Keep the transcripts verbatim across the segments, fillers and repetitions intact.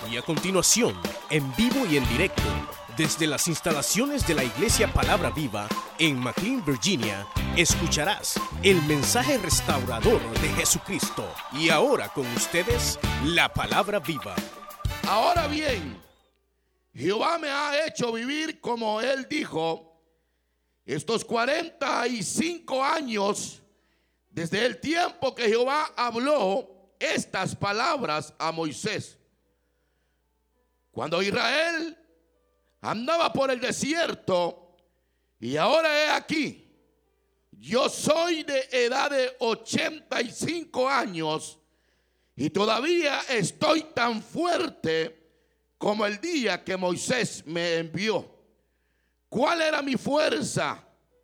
Y a continuación, en vivo y en directo, desde las instalaciones de la Iglesia Palabra Viva en McLean, Virginia, escucharás el mensaje restaurador de Jesucristo. Y ahora con ustedes, la Palabra Viva. Ahora bien, Jehová me ha hecho vivir, como él dijo, estos cuarenta y cinco años desde el tiempo que Jehová habló estas palabras a Moisés. Cuando Israel andaba por el desierto, y ahora he aquí, yo soy de edad de ochenta y cinco años y todavía estoy tan fuerte como el día que Moisés me envió. ¿Cuál era mi fuerza?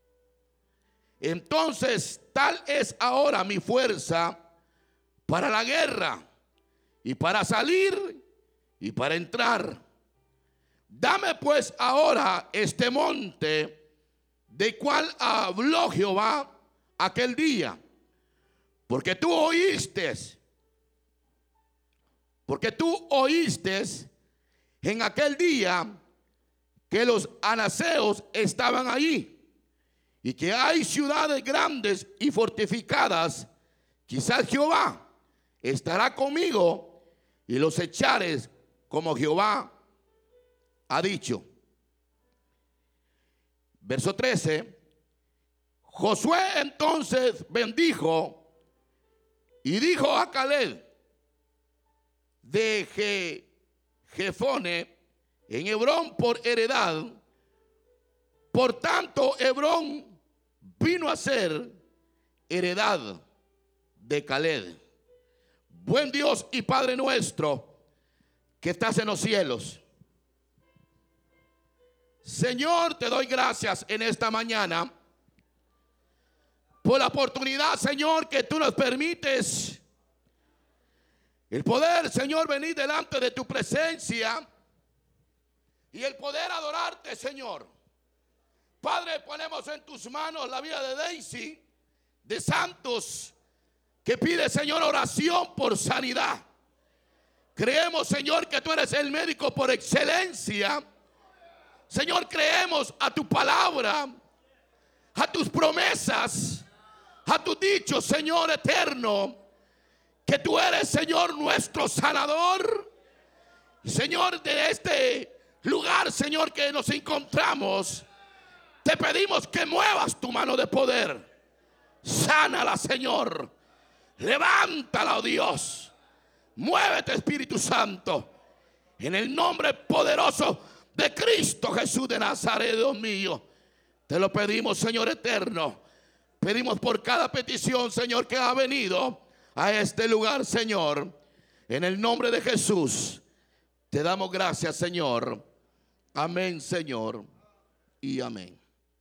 Entonces tal es ahora mi fuerza para la guerra y para salir y para entrar. Dame pues ahora este monte de cual habló Jehová aquel día, porque tú oíste, porque tú oíste en aquel día que los anaseos estaban allí y que hay ciudades grandes y fortificadas. Quizás Jehová estará conmigo y los echares como Jehová ha dicho. Verso trece. Josué entonces bendijo y dijo a Caleb de Je, Jefone en Hebrón por heredad. Por tanto, Hebrón vino a ser heredad de Caleb. Buen Dios y Padre nuestro que estás en los cielos, Señor, te doy gracias en esta mañana por la oportunidad, Señor, que tú nos permites el poder, Señor, venir delante de tu presencia y el poder adorarte, Señor. Padre, ponemos en tus manos la vida de Daisy, de Santos, que pide, Señor, oración por sanidad. Creemos, Señor, que tú eres el médico por excelencia. Señor, creemos a tu palabra, a tus promesas, a tu dicho, Señor eterno, que tú eres, Señor, nuestro sanador. Señor, de este lugar, Señor, que nos encontramos, te pedimos que muevas tu mano de poder. Sánala, Señor. Levántala, oh Dios. Muévete, Espíritu Santo, en el nombre poderoso de Cristo Jesús de Nazaret, Dios mío. Te lo pedimos, Señor eterno. Pedimos por cada petición, Señor, que ha venido a este lugar, Señor. En el nombre de Jesús, te damos gracias, Señor. Amén, Señor, y amén.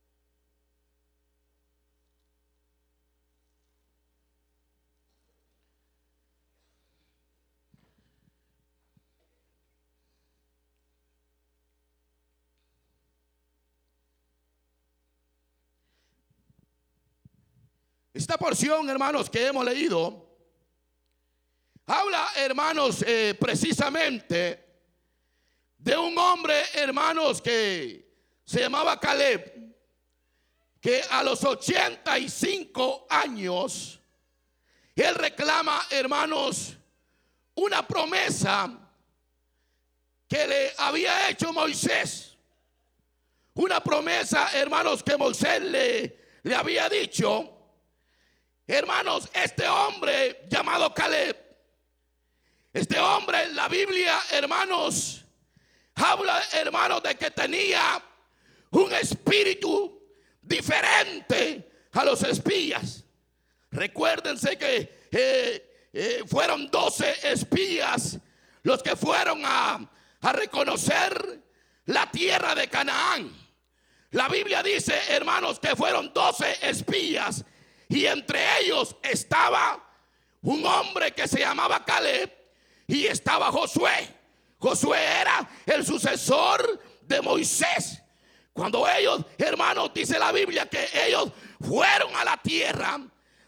Esta porción, hermanos, que hemos leído, habla, hermanos, eh, precisamente de un hombre, hermanos, que se llamaba Caleb, que a los ochenta y cinco años, él reclama, hermanos, una promesa que le había hecho Moisés. Una promesa, hermanos, que Moisés le, le había dicho. Hermanos, este hombre llamado Caleb, este hombre en la Biblia, hermanos, habla, hermanos, de que tenía un espíritu diferente a los espías. Recuérdense que eh, eh, fueron doce espías los que fueron a, a reconocer la tierra de Canaán. La Biblia dice, hermanos, que fueron doce espías. Y entre ellos estaba un hombre que se llamaba Caleb y estaba Josué. Josué era el sucesor de Moisés. Cuando ellos, hermanos, dice la Biblia que ellos fueron a la tierra,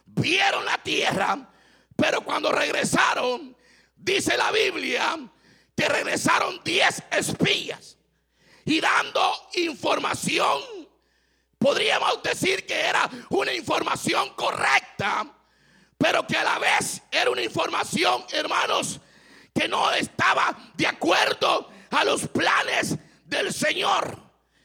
vieron la tierra, pero cuando regresaron, dice la Biblia que regresaron diez espías y dando información, podríamos decir que era una información correcta, pero que a la vez era una información, hermanos, que no estaba de acuerdo a los planes del Señor.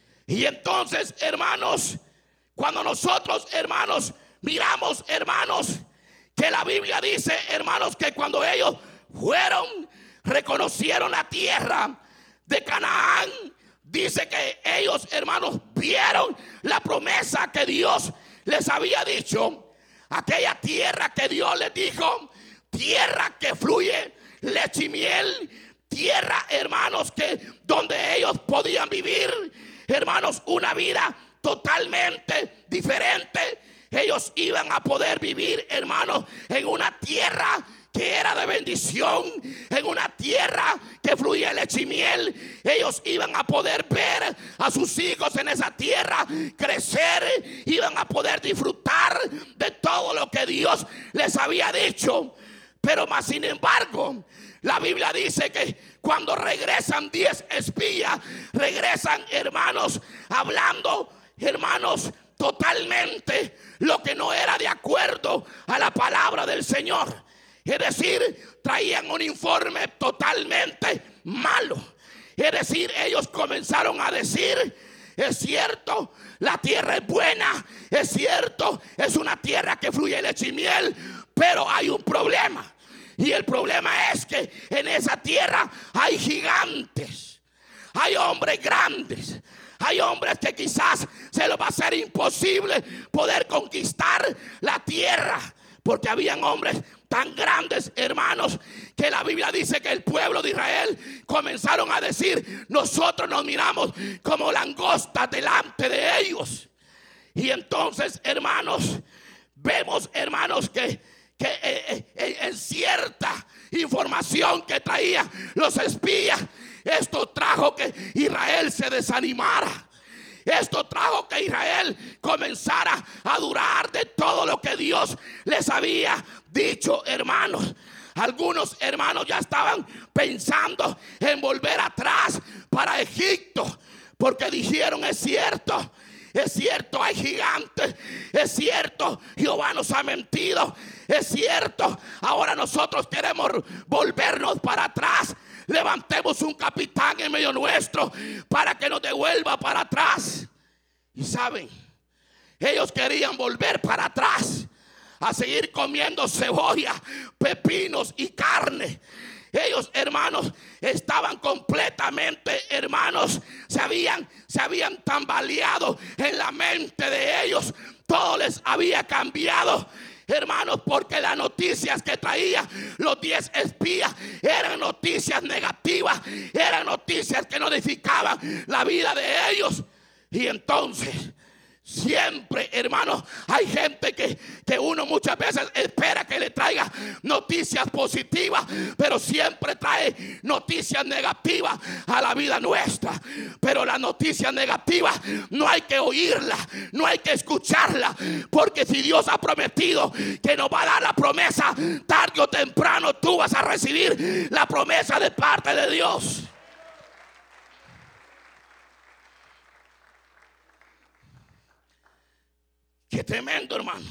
Y entonces, hermanos, cuando nosotros, hermanos, miramos, hermanos, que la Biblia dice, hermanos, que cuando ellos fueron, reconocieron la tierra de Canaán, dice que ellos, hermanos, vieron la promesa que Dios les había dicho. Aquella tierra que Dios les dijo, tierra que fluye leche y miel, tierra, hermanos, que donde ellos podían vivir, hermanos, una vida totalmente diferente. Ellos iban a poder vivir, hermanos, en una tierra que era de bendición, en una tierra que fluía leche y miel. Ellos iban a poder ver a sus hijos en esa tierra crecer, iban a poder disfrutar de todo lo que Dios les había dicho. Pero más sin embargo, la Biblia dice que cuando regresan diez espías, regresan, hermanos, hablando, hermanos, totalmente lo que no era de acuerdo a la palabra del Señor. Es decir, traían un informe totalmente malo. Es decir, ellos comenzaron a decir: es cierto, la tierra es buena, es cierto, es una tierra que fluye leche y miel, pero hay un problema. Y el problema es que en esa tierra hay gigantes, hay hombres grandes, hay hombres que quizás se les va a ser imposible poder conquistar la tierra, porque habían hombres tan grandes, hermanos, que la Biblia dice que el pueblo de Israel comenzaron a decir: nosotros nos miramos como langostas delante de ellos. Y entonces, hermanos, vemos, hermanos, que que eh, eh, en cierta información que traían los espías, esto trajo que Israel se desanimara. Esto trajo que Israel comenzara a dudar de todo lo que Dios les había dicho, hermanos. Algunos hermanos ya estaban pensando en volver atrás para Egipto, porque dijeron: es cierto, es cierto, hay gigantes, es cierto, Jehová nos ha mentido, es cierto, ahora nosotros queremos volvernos para atrás. Levantemos un capitán en medio nuestro para que nos devuelva para atrás. Y saben, ellos querían volver para atrás a seguir comiendo cebolla, pepinos y carne. Ellos, hermanos, estaban completamente, hermanos, se habían, se habían tambaleado en la mente de ellos. Todo les había cambiado, hermanos, porque las noticias que traían los diez espías eran noticias negativas, eran noticias que no edificaban la vida de ellos. Y entonces, siempre, hermanos, hay gente que, que uno muchas veces espera que le traiga noticias positivas, pero siempre trae noticias negativas a la vida nuestra. Pero las noticias negativas no hay que oírlas, no hay que escucharlas, porque si Dios ha prometido que nos va a dar la promesa, tarde o temprano tú vas a recibir la promesa de parte de Dios. Qué tremendo, hermano.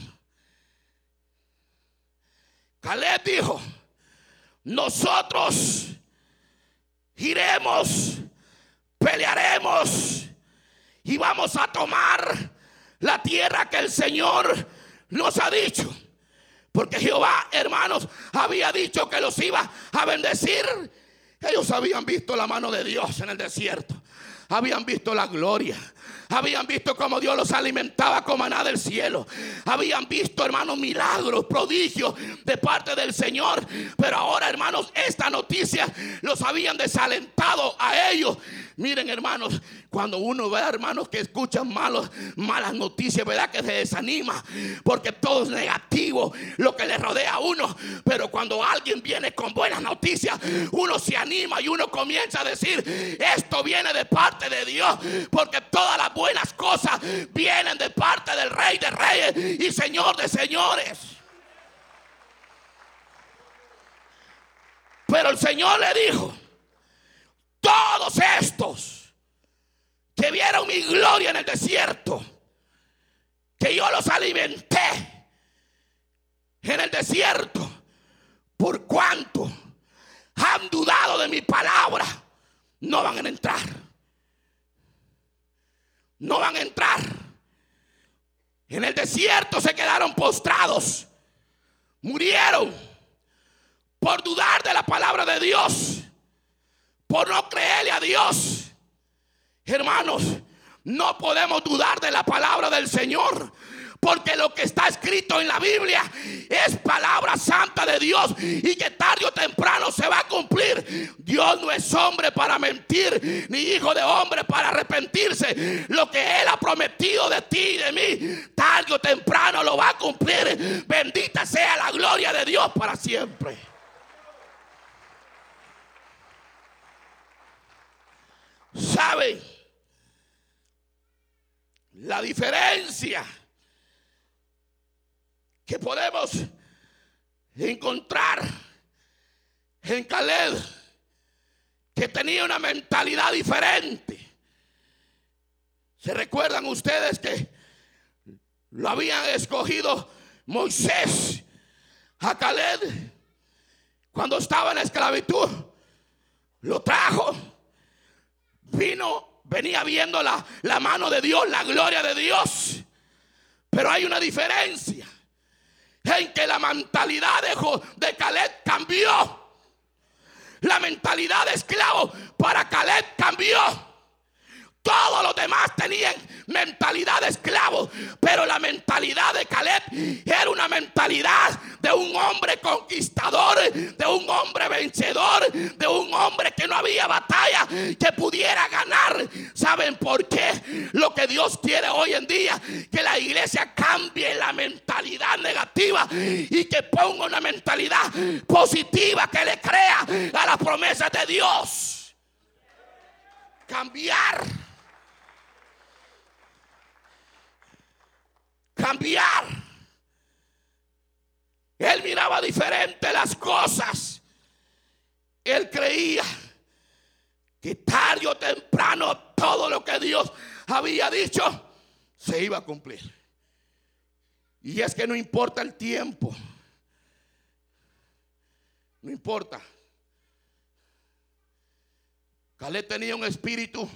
Caleb dijo: nosotros iremos, pelearemos y vamos a tomar la tierra que el Señor nos ha dicho. Porque Jehová, hermanos, había dicho que los iba a bendecir. Ellos habían visto la mano de Dios en el desierto, habían visto la gloria, habían visto cómo Dios los alimentaba con maná del cielo, habían visto, hermanos, milagros, prodigios de parte del Señor. Pero ahora, hermanos, esta noticia los habían desalentado a ellos. Miren, hermanos, cuando uno ve, hermanos, que escuchan malos, malas noticias, verdad que se desanima, porque todo es negativo lo que le rodea a uno. Pero cuando alguien viene con buenas noticias, uno se anima y uno comienza a decir: esto viene de parte de Dios, porque todas las buenas cosas vienen de parte del Rey de Reyes y Señor de Señores. Pero el Señor le dijo: todos estos que vieron mi gloria en el desierto, que yo los alimenté en el desierto, por cuanto han dudado de mi palabra, no van a entrar. No van a entrar. En el desierto se quedaron postrados, murieron por dudar de la palabra de Dios, por no creerle a Dios. Hermanos, no podemos dudar de la palabra del Señor, porque lo que está escrito en la Biblia es palabra santa de Dios y que tarde o temprano se va a cumplir. Dios no es hombre para mentir, ni hijo de hombre para arrepentirse. Lo que Él ha prometido de ti y de mí, tarde o temprano lo va a cumplir. Bendita sea la gloria de Dios para siempre. ¿Saben? La diferencia que podemos encontrar en Caleb, que tenía una mentalidad diferente. ¿Se recuerdan ustedes que lo habían escogido Moisés a Caleb cuando estaba en la esclavitud? Lo trajo, vino, venía viendo la, la mano de Dios, la gloria de Dios. Pero hay una diferencia en que la mentalidad de, de Caleb cambió. La mentalidad de esclavo para Caleb cambió. Todos los demás tenían mentalidad de esclavo, pero la mentalidad de Caleb era una mentalidad de un hombre conquistador, de un hombre vencedor, de un hombre que no había batalla que pudiera ganar. ¿Saben por qué? Lo que Dios quiere hoy en día, que la iglesia cambie la mentalidad negativa y que ponga una mentalidad positiva que le crea a las promesas de Dios. Cambiar. Cambiar. Él miraba diferente las cosas. Él creía que tarde o temprano todo lo que Dios había dicho se iba a cumplir. Y es que no importa el tiempo. No importa. Caleb tenía un espíritu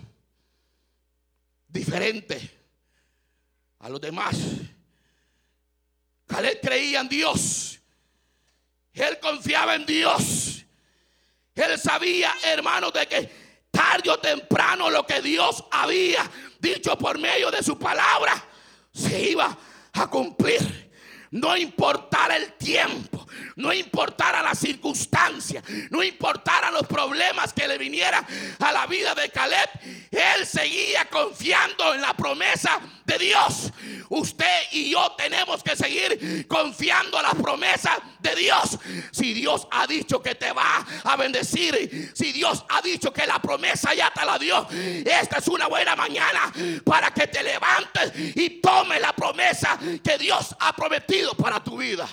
diferente a los demás. Caleb creía en Dios. Él confiaba en Dios. Él sabía, hermanos, de que tarde o temprano lo que Dios había dicho por medio de su palabra se iba a cumplir. No importara el tiempo, no importara las circunstancias, no importara los problemas que le vinieran a la vida de Caleb, él seguía confiando en la promesa de Dios. Usted y yo tenemos que seguir confiando en las promesas de Dios. Si Dios ha dicho que te va a bendecir, si Dios ha dicho que la promesa ya te la dio, esta es una buena mañana para que te levantes y tomes la promesa que Dios ha prometido para tu vida.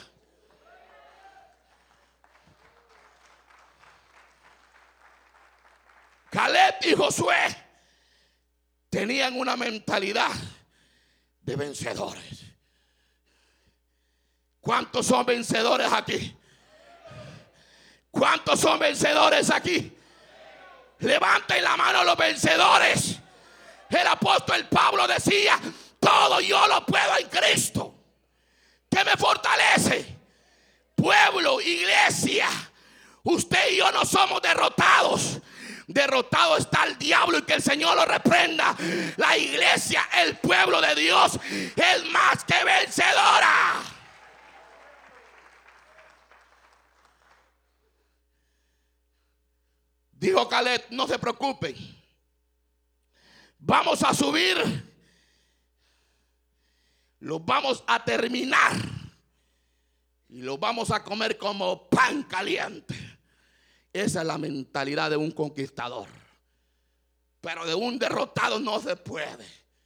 Caleb y Josué tenían una mentalidad de vencedores. ¿Cuántos son vencedores aquí? ¿Cuántos son vencedores aquí? Levanten la mano los vencedores. El apóstol Pablo decía: todo yo lo puedo en Cristo que me fortalece. Pueblo, iglesia, usted y yo no somos derrotados. Derrotado está el diablo y que el Señor lo reprenda. La iglesia, el pueblo de Dios, es más que vencedora. Dijo Caleb: no se preocupen, vamos a subir, los vamos a terminar y los vamos a comer como pan caliente. Esa es la mentalidad de un conquistador. Pero de un derrotado no se puede.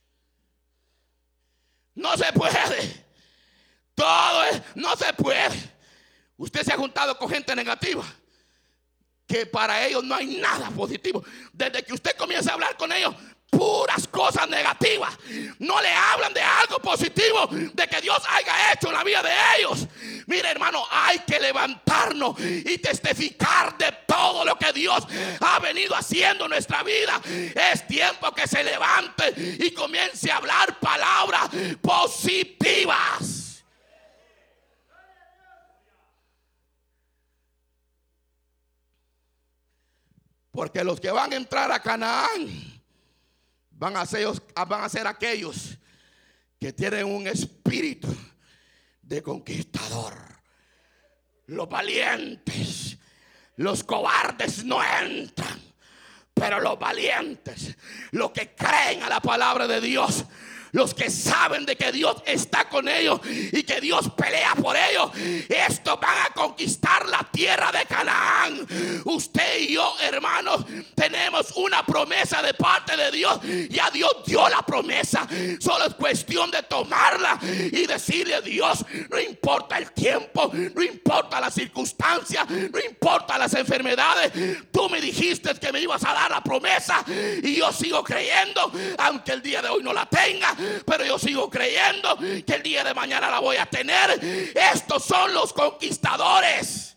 No se puede. Todo es, no se puede. Usted se ha juntado con gente negativa. que para ellos no hay nada positivo. Desde que usted comienza a hablar con ellos, puras cosas negativas. No le hablan de algo positivo de que Dios haya hecho en la vida de ellos. Mire, hermano, hay que levantarnos y testificar de todo lo que Dios ha venido haciendo en nuestra vida. Es tiempo que se levante y comience a hablar palabras positivas. Porque los que van a entrar a Canaán Van a, ser, van a ser aquellos que tienen un espíritu de conquistador. Los valientes, los cobardes no entran, pero los valientes, los que creen a la palabra de Dios, los que saben de que Dios está con ellos y que Dios pelea por ellos, estos van a conquistar la tierra de Canaán. Usted y yo, hermanos, tenemos una promesa de parte de Dios. Ya Dios dio la promesa. Solo es cuestión de tomarla y decirle a Dios, no importa el tiempo, no importa las circunstancias, no importa las enfermedades. Tú me dijiste que me ibas a dar la promesa y yo sigo creyendo, aunque el día de hoy no la tenga. Pero yo sigo creyendo que el día de mañana la voy a tener. Estos son los conquistadores.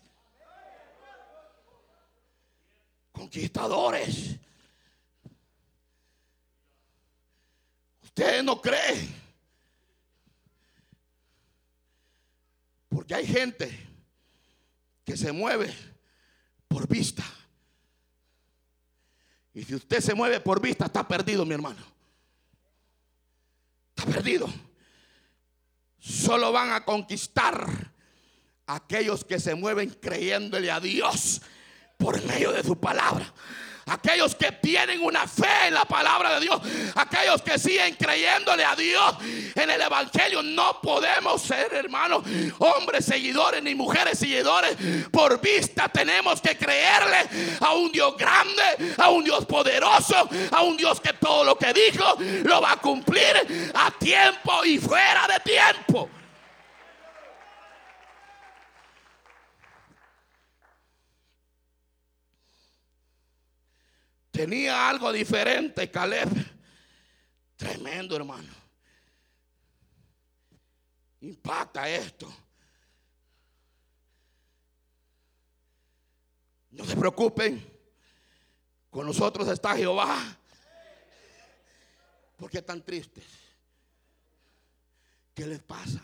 Conquistadores. Ustedes no creen. Porque hay gente que se mueve por vista. Y si usted se mueve por vista, está perdido, mi hermano. Está perdido. Solo van a conquistar aquellos que se mueven creyéndole a Dios por medio de su palabra. Aquellos que tienen una fe en la palabra de Dios. Aquellos que siguen creyéndole a Dios en el evangelio. No podemos ser, hermanos, hombres seguidores ni mujeres seguidores por vista. Tenemos que creerle a un Dios grande, a un Dios poderoso, a un Dios que todo lo que dijo lo va a cumplir a tiempo y fuera de tiempo. Tenía algo diferente Caleb. Tremendo, hermano. Impacta esto. No se preocupen. Con nosotros está Jehová. ¿Por qué tan tristes? ¿Qué les pasa?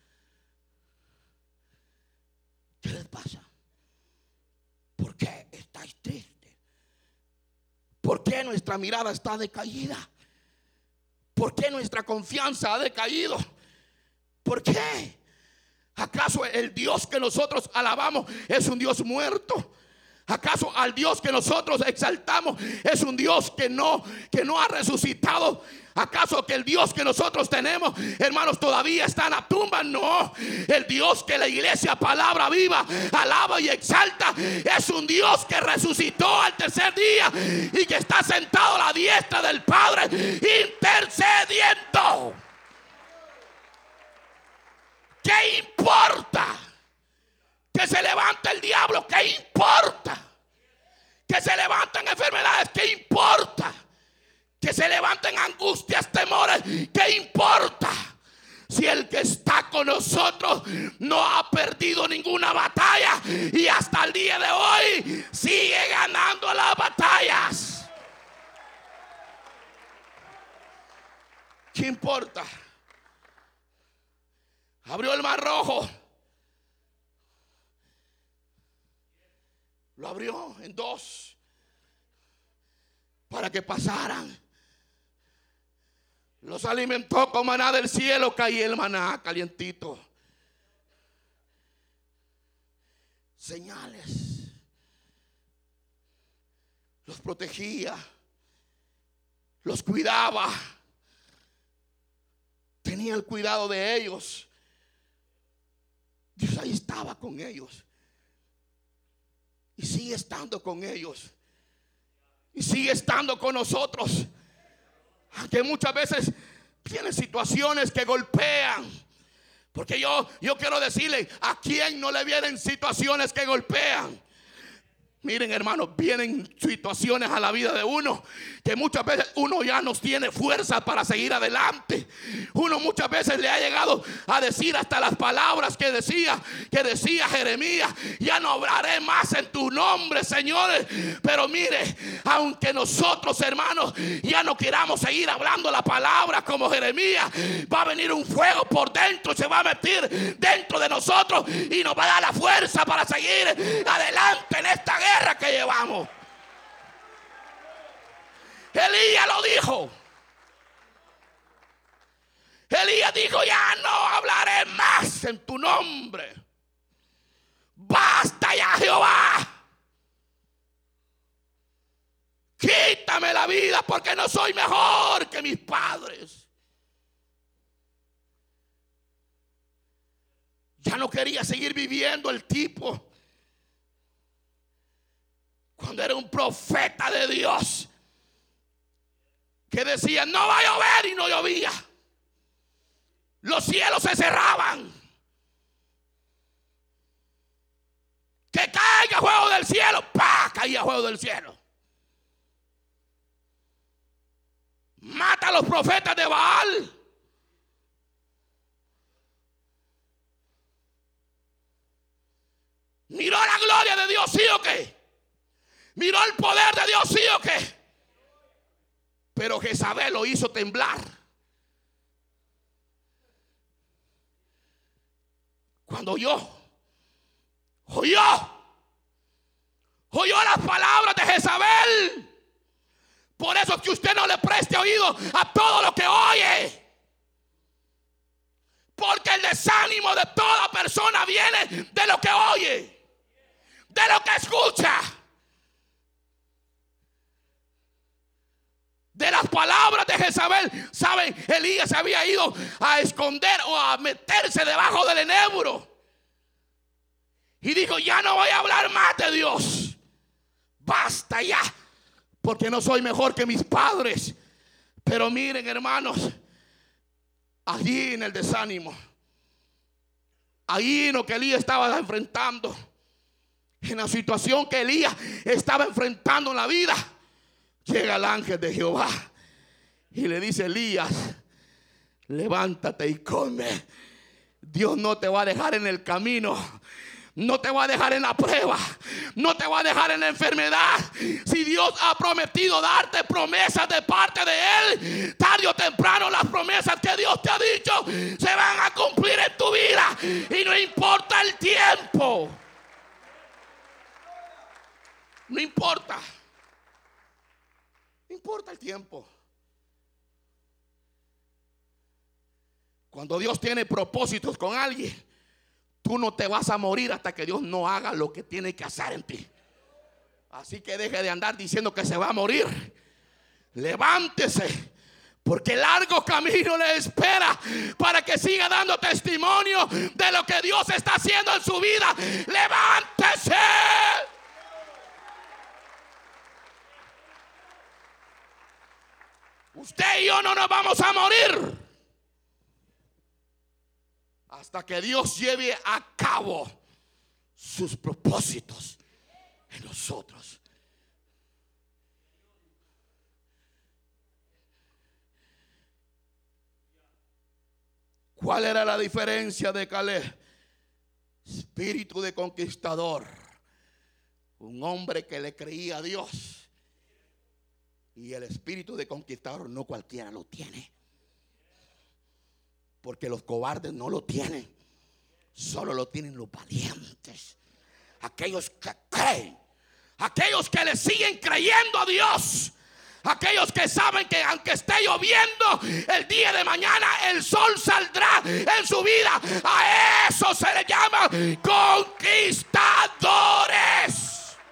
¿Qué les pasa? ¿Por qué estáis tristes? ¿Por qué nuestra mirada está decaída? ¿Por qué nuestra confianza ha decaído? ¿Por qué? ¿Acaso el Dios que nosotros alabamos es un Dios muerto? ¿Acaso al Dios que nosotros exaltamos es un Dios que no, que no ha resucitado? ¿Acaso que el Dios que nosotros tenemos, hermanos, todavía está en la tumba? No. El Dios que la iglesia Palabra Viva alaba y exalta es un Dios que resucitó al tercer día y que está sentado a la diestra del Padre intercediendo. ¿Qué importa? Que se levante el diablo, ¿qué importa? Que se levanten enfermedades, ¿qué importa? Que se levanten angustias, temores, ¿qué importa? Si el que está con nosotros no ha perdido ninguna batalla y hasta el día de hoy sigue ganando las batallas. ¿Qué importa? Abrió el mar rojo. Lo abrió en dos para que pasaran. Los alimentó con maná del cielo. Caía el maná calientito. Señales. Los protegía. Los cuidaba. Tenía el cuidado de ellos. Dios ahí estaba con ellos. Y sigue estando con ellos. Y sigue estando con nosotros. Aunque muchas veces tienen situaciones que golpean. Porque yo, yo quiero decirle, ¿a quién no le vienen situaciones que golpean? Miren, hermanos, vienen situaciones a la vida de uno que muchas veces uno ya no tiene fuerza para seguir adelante. Uno muchas veces le ha llegado a decir hasta las palabras que decía, que decía Jeremías: ya no hablaré más en tu nombre, señores. Pero mire, aunque nosotros, hermanos, ya no queramos seguir hablando la palabra como Jeremías, va a venir un fuego por dentro, se va a meter dentro de nosotros y nos va a dar la fuerza para seguir adelante en esta guerra que llevamos. Elías lo dijo. Elías dijo: ya no hablaré más en tu nombre. Basta ya, Jehová. Quítame la vida, porque no soy mejor que mis padres. Ya no quería seguir viviendo el tipo. Cuando era un profeta de Dios, que decía: no va a llover, y no llovía. Los cielos se cerraban. Que caiga fuego del cielo. ¡Pah! Caía fuego del cielo. Mata a los profetas de Baal. Miró la gloria de Dios, ¿sí o qué? Miró el poder de Dios, ¿sí o qué? Pero Jezabel lo hizo temblar. Cuando oyó, oyó, oyó las palabras de Jezabel. Por eso es que usted no le preste oído a todo lo que oye. Porque el desánimo de toda persona viene de lo que oye, de lo que escucha. De las palabras de Jezabel. Saben, Elías se había ido a esconder o a meterse debajo del enebro. Y dijo: ya no voy a hablar más de Dios. Basta ya, porque no soy mejor que mis padres. Pero miren, hermanos, allí en el desánimo, ahí en lo que Elías estaba enfrentando, en la situación que Elías estaba enfrentando en la vida, llega el ángel de Jehová y le dice: Elías, levántate y come. Dios no te va a dejar en el camino. No te va a dejar en la prueba. No te va a dejar en la enfermedad. Si Dios ha prometido darte promesas de parte de Él, tarde o temprano las promesas que Dios te ha dicho se van a cumplir en tu vida. Y no importa el tiempo. No importa. No importa el tiempo. Cuando Dios tiene propósitos con alguien, tú no te vas a morir hasta que Dios no haga lo que tiene que hacer en ti. Así que deje de andar diciendo que se va a morir. Levántese, porque largo camino le espera para que siga dando testimonio de lo que Dios está haciendo en su vida. Levántese. Usted y yo no nos vamos a morir hasta que Dios lleve a cabo sus propósitos en nosotros. ¿Cuál era la diferencia de Caleb? Espíritu de conquistador. Un hombre que le creía a Dios. Y el espíritu de conquistador no cualquiera lo tiene. Porque los cobardes no lo tienen. Solo lo tienen los valientes. Aquellos que creen. Aquellos que le siguen creyendo a Dios. Aquellos que saben que aunque esté lloviendo, el día de mañana el sol saldrá en su vida. A eso se le llama conquistadores.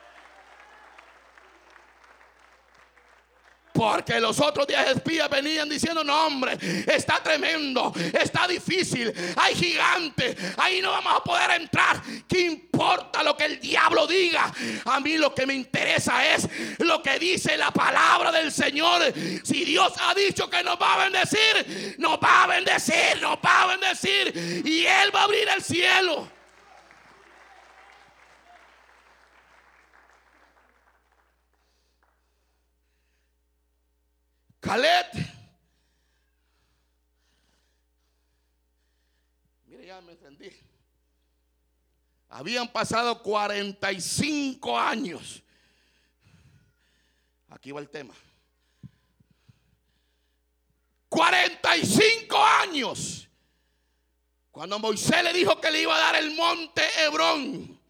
Porque los otros diez espías venían diciendo: no, hombre, está tremendo, está difícil, hay gigantes, ahí no vamos a poder entrar. ¿Qué importa lo que el diablo diga? A mí lo que me interesa es lo que dice la palabra del Señor. Si Dios ha dicho que nos va a bendecir, nos va a bendecir, nos va a bendecir, y Él va a abrir el cielo. Caleb, mire, ya me entendí. Habían pasado cuarenta y cinco años. Aquí va el tema. cuarenta y cinco años. Cuando Moisés le dijo que le iba a dar el monte Hebrón.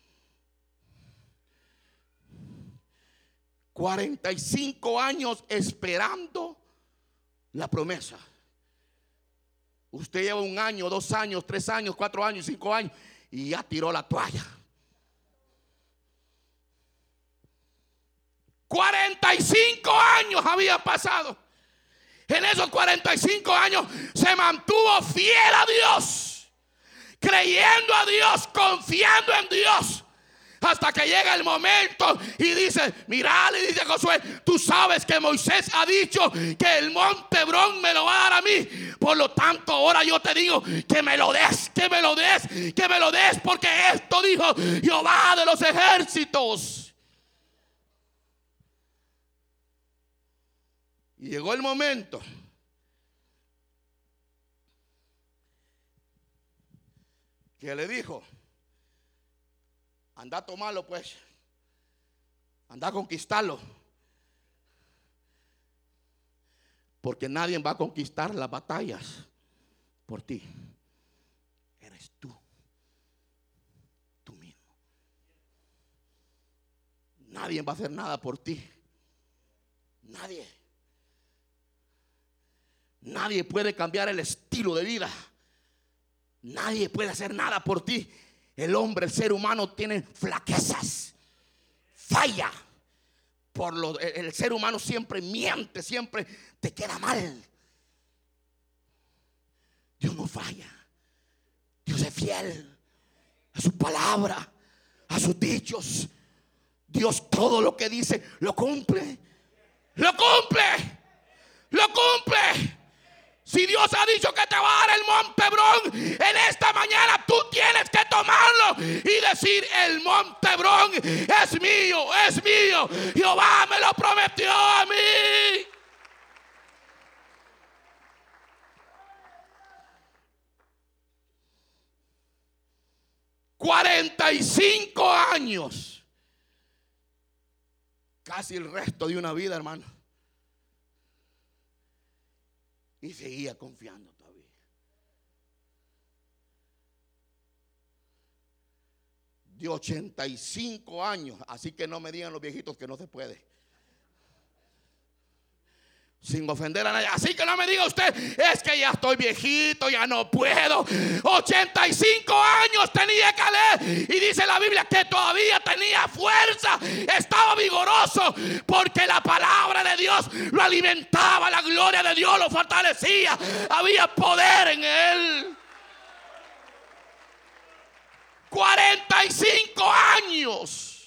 cuarenta y cinco años esperando la promesa. Usted lleva un año, dos años, tres años, cuatro años, cinco años y ya tiró la toalla. cuarenta y cinco años había pasado. En esos cuarenta y cinco años se mantuvo fiel a Dios, creyendo a Dios, confiando en Dios. Hasta que llega el momento y dice, mira, le dice Josué, tú sabes que Moisés ha dicho que el monte Hebrón me lo va a dar a mí. Por lo tanto, ahora yo te digo que me lo des, que me lo des, que me lo des, porque esto dijo Jehová de los ejércitos. Y llegó el momento que le dijo, anda a tomarlo pues, anda a conquistarlo, porque nadie va a conquistar las batallas por ti. Eres tú, tú mismo. Nadie va a hacer nada por ti. Nadie. Nadie puede cambiar el estilo de vida. Nadie puede hacer nada por ti. El hombre, el ser humano tiene flaquezas, falla. Por lo, el, el ser humano siempre miente, siempre te queda mal. Dios no falla. Dios es fiel a su palabra, a sus dichos. Dios todo lo que dice lo cumple. Lo cumple. Lo cumple. Si Dios ha dicho que te va a dar el monte Hebrón, en esta mañana tú tienes que tomarlo y decir, el monte Hebrón es mío, es mío. Jehová me lo prometió a mí. cuarenta y cinco años. Casi el resto de una vida, hermano. Y seguía confiando todavía. De ochenta y cinco años. Así que no me digan los viejitos que no se puede. Sin ofender a nadie. Así que no me diga usted, es que ya estoy viejito, ya no puedo. ochenta y cinco años tenía Caleb. Y dice la Biblia que todavía tenía fuerza. Estaba vigoroso porque la palabra de Dios lo alimentaba. La gloria de Dios lo fortalecía. Había poder en él. cuarenta y cinco años.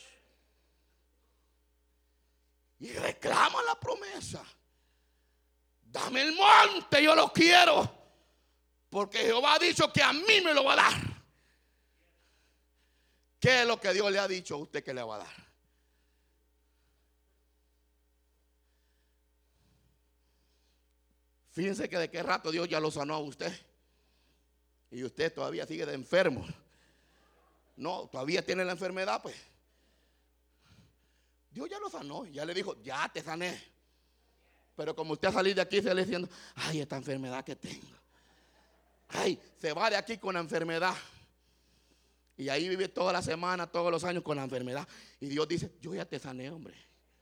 Y reclama la promesa. Dame el monte, yo lo quiero. Porque Jehová ha dicho que a mí me lo va a dar. ¿Qué es lo que Dios le ha dicho a usted que le va a dar? Fíjense que de qué rato Dios ya lo sanó a usted. Y usted todavía sigue de enfermo. No, todavía tiene la enfermedad, pues. Dios ya lo sanó, ya le dijo, ya te sané. Pero como usted salir de aquí se le diciendo, ay, esta enfermedad que tengo. Ay, se va de aquí con la enfermedad. Y ahí vive toda la semana, todos los años con la enfermedad. Y Dios dice, yo ya te sané, hombre.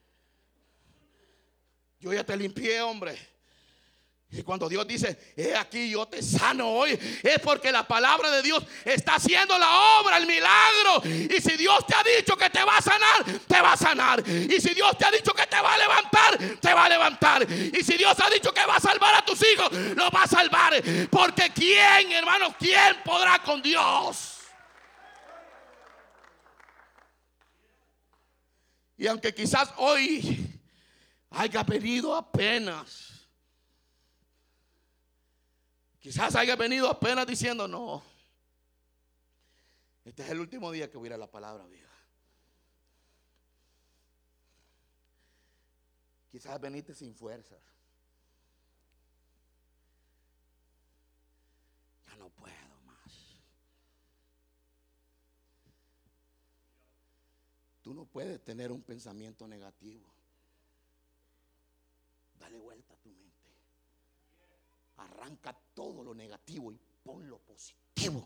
Yo ya te limpié, hombre. Y cuando Dios dice, he aquí yo te sano hoy, es porque la palabra de Dios está haciendo la obra, el milagro. Y si Dios te ha dicho que te va a sanar, te va a sanar. Y si Dios te ha dicho que te va a levantar, te va a levantar. Y si Dios ha dicho que va a salvar a tus hijos, los va a salvar. Porque ¿quién, hermanos, quién podrá con Dios? Y aunque quizás hoy haya venido apenas, quizás haya venido apenas diciendo, no, este es el último día que voy a ir a la palabra viva. Quizás veniste sin fuerzas. puedes tener un pensamiento negativo. Dale vuelta a tu mente. Arranca todo lo negativo y pon lo positivo.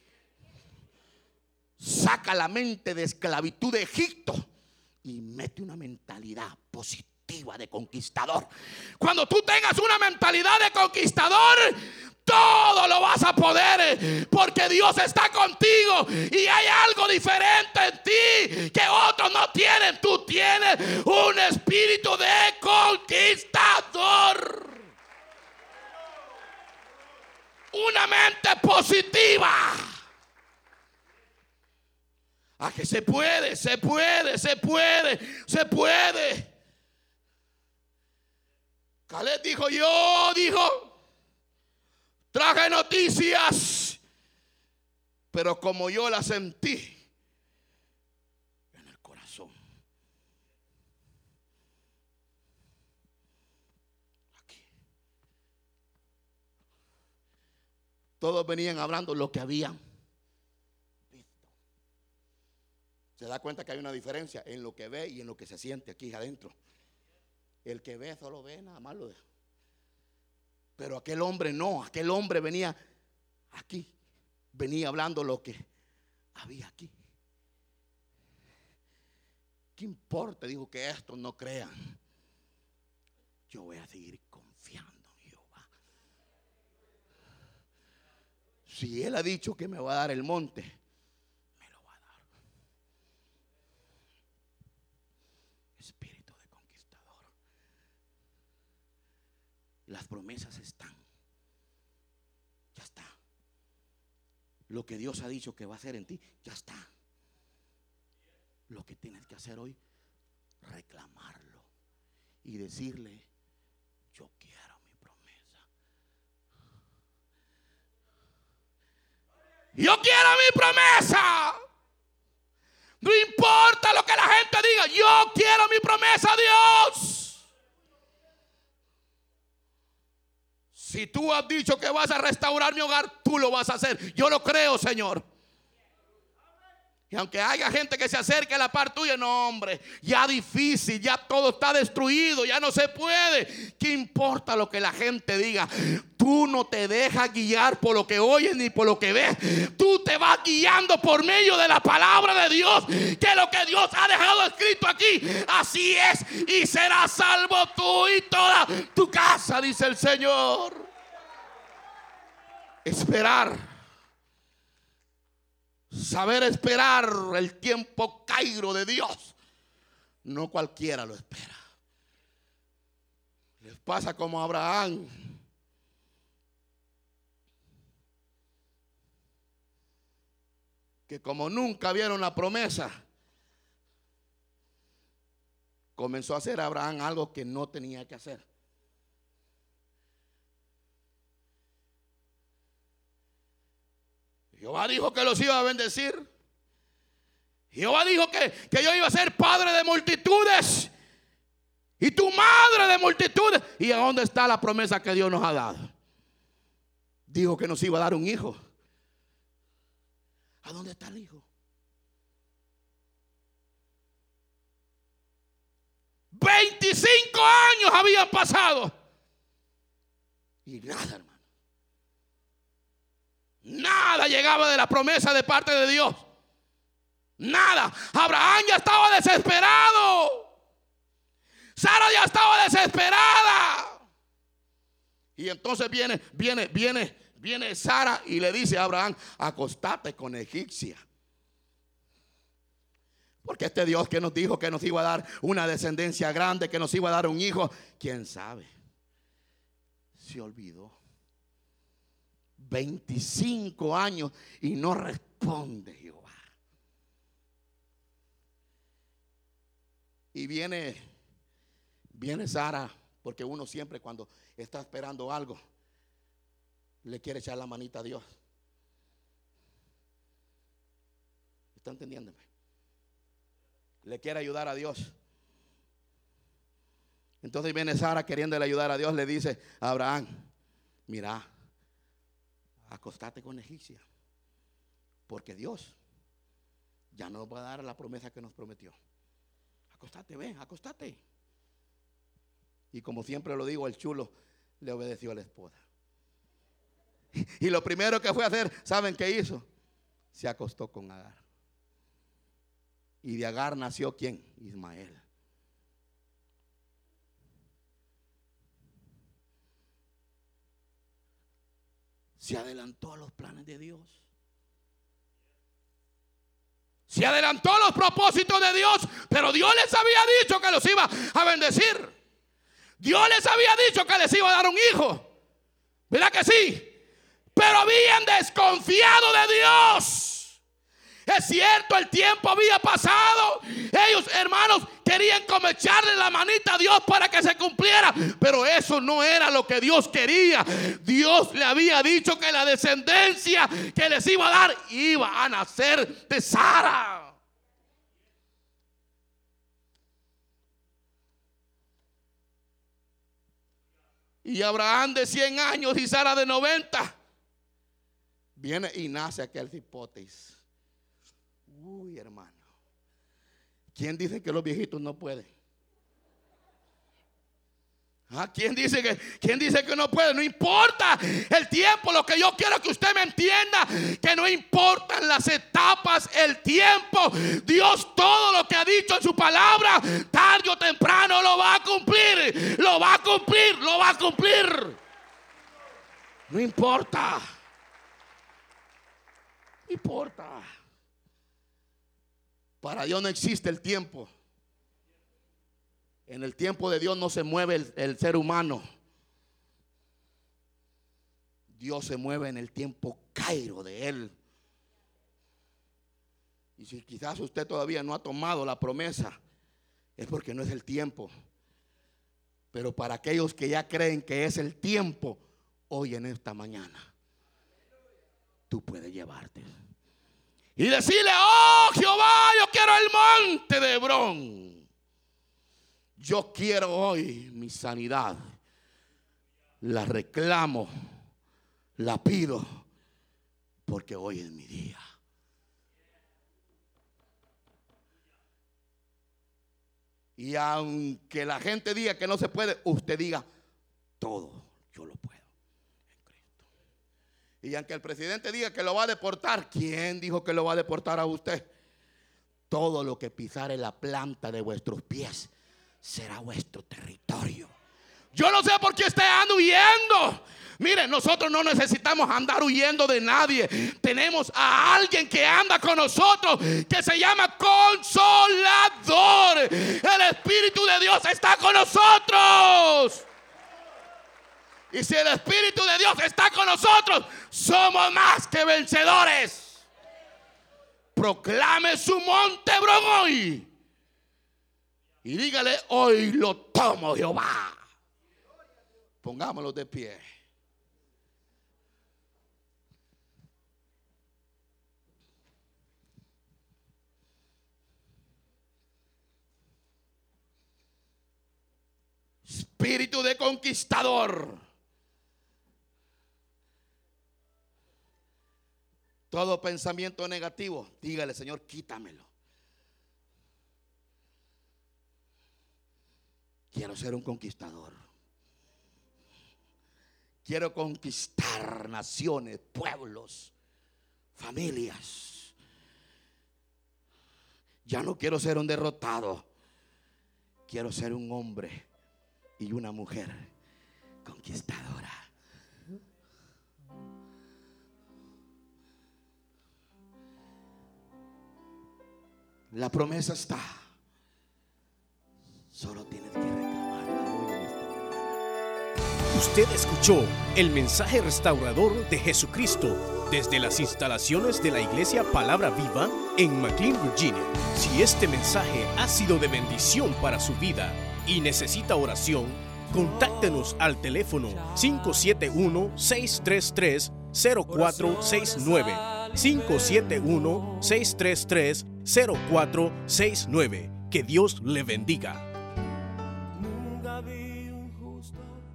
Saca la mente de esclavitud de Egipto y mete una mentalidad positiva de conquistador. Cuando tú tengas una mentalidad de conquistador, todo lo vas a poder, porque Dios está contigo y hay algo diferente en ti que otros no tienen. Tú tienes un espíritu de conquistador, una mente positiva. A que se puede, se puede, se puede, se puede. Caleb dijo, yo, dijo, traje noticias, pero como yo las sentí en el corazón. Aquí. Todos venían hablando lo que habían. Se da cuenta que hay una diferencia en lo que ve y en lo que se siente aquí adentro. El que ve solo ve, nada más lo deja. Pero aquel hombre no, aquel hombre venía aquí, venía hablando lo que había aquí. ¿Qué importa? Dijo que estos no crean. Yo voy a seguir confiando en Jehová. Si Él ha dicho que me va a dar el monte, espíritu de conquistador. Las promesas están. Ya está. Lo que Dios ha dicho que va a hacer en ti, ya está. Lo que tienes que hacer hoy, reclamarlo y decirle, yo quiero mi promesa. Yo quiero mi promesa. No importa lo que la gente diga, yo quiero mi promesa, Dios. Si tú has dicho que vas a restaurar mi hogar, tú lo vas a hacer. Yo lo creo, Señor. Y aunque haya gente que se acerque a la par tuya, no, hombre, ya difícil, ya todo está destruido, ya no se puede. ¿Qué importa lo que la gente diga? Tú no te dejas guiar por lo que oyes ni por lo que ves. Tú te vas guiando por medio de la palabra de Dios, que lo que Dios ha dejado escrito aquí, así es, y serás salvo tú y toda tu casa, dice el Señor. Esperar. Saber esperar el tiempo cairo de Dios. No cualquiera lo espera. Les pasa como a Abraham. Que como nunca vieron la promesa, comenzó a hacer Abraham algo que no tenía que hacer. Jehová dijo que los iba a bendecir. Jehová dijo que, que yo iba a ser padre de multitudes y tu madre de multitudes. ¿Y a dónde está la promesa que Dios nos ha dado? Dijo que nos iba a dar un hijo. ¿A dónde está el hijo? veinticinco años habían pasado y nada, hermano. Nada llegaba de la promesa de parte de Dios. Nada. Abraham ya estaba desesperado. Sara ya estaba desesperada. Y entonces viene, viene, viene, viene Sara y le dice a Abraham, acostate con egipcia. Porque este Dios que nos dijo que nos iba a dar una descendencia grande, que nos iba a dar un hijo, quién sabe, se olvidó. veinticinco años y no responde Jehová. Y viene, viene Sara, porque uno siempre cuando está esperando algo, le quiere echar la manita a Dios. ¿Está entendiéndome? Le quiere ayudar a Dios. Entonces viene Sara queriéndole ayudar a Dios, le dice a Abraham, mira, acostate con egipcia, porque Dios ya no nos va a dar la promesa que nos prometió. acostate, ven, acostate. Y como siempre lo digo, el chulo le obedeció a la esposa. Y lo primero que fue a hacer, ¿saben qué hizo? Se acostó con Agar. Y de Agar nació ¿quién? Ismael. Se adelantó a los planes de Dios. Se adelantó a los propósitos de Dios. Pero Dios les había dicho que los iba a bendecir. Dios les había dicho que les iba a dar un hijo. ¿Verdad que sí? Pero habían desconfiado de Dios. Es cierto, el tiempo había pasado. Ellos, hermanos, querían como echarle la manita a Dios para que se cumpliera. Pero eso no era lo que Dios quería. Dios le había dicho que la descendencia que les iba a dar iba a nacer de Sara. Y Abraham de cien años y Sara de noventa. Viene y nace aquel hipótesis. Uy, hermano. ¿Quién dice que los viejitos no pueden? ¿Ah? ¿Quién dice que, quién dice que no puede? No importa el tiempo. Lo que yo quiero que usted me entienda, que no importan las etapas, el tiempo. Dios todo lo que ha dicho en su palabra, tarde o temprano lo va a cumplir. Lo va a cumplir, lo va a cumplir. No importa. No importa. Para Dios no existe el tiempo. En el tiempo de Dios no se mueve el, el ser humano. Dios se mueve en el tiempo cairo de Él. Y si quizás usted todavía no ha tomado la promesa, es porque no es el tiempo. Pero para aquellos que ya creen que es el tiempo, hoy en esta mañana, tú puedes llevarte. Y decirle: oh Jehová, yo quiero el monte de Hebrón. Yo quiero hoy mi sanidad. La reclamo, la pido, porque hoy es mi día. Y aunque la gente diga que no se puede, usted diga: todo yo lo puedo en Cristo. Y aunque el presidente diga que lo va a deportar, ¿quién dijo que lo va a deportar a usted? Todo lo que pisare la planta de vuestros pies será vuestro territorio. Yo no sé por qué usted anda huyendo. Mire, nosotros no necesitamos andar huyendo de nadie. Tenemos a alguien que anda con nosotros, que se llama Consolador. El Espíritu de Dios está con nosotros. Y si el Espíritu de Dios está con nosotros, somos más que vencedores. Proclame su monte Hebrón hoy. Y dígale: hoy lo tomo, Jehová. Pongámoslo de pie. Espíritu de conquistador. Todo pensamiento negativo, dígale: Señor, quítamelo. Quiero ser un conquistador. Quiero conquistar naciones, pueblos, familias. Ya no quiero ser un derrotado. Quiero ser un hombre y una mujer conquistadora. La promesa está. Solo tienes que reclamarla hoy en esta mañana. Usted escuchó el mensaje restaurador de Jesucristo desde las instalaciones de la iglesia Palabra Viva en McLean, Virginia. Si este mensaje ha sido de bendición para su vida y necesita oración, contáctenos al teléfono cinco siete uno, seis tres tres, cero cuatro seis nueve. cinco siete uno, seis tres tres, cero cuatro seis nueve. Que Dios le bendiga. Nunca vi un justo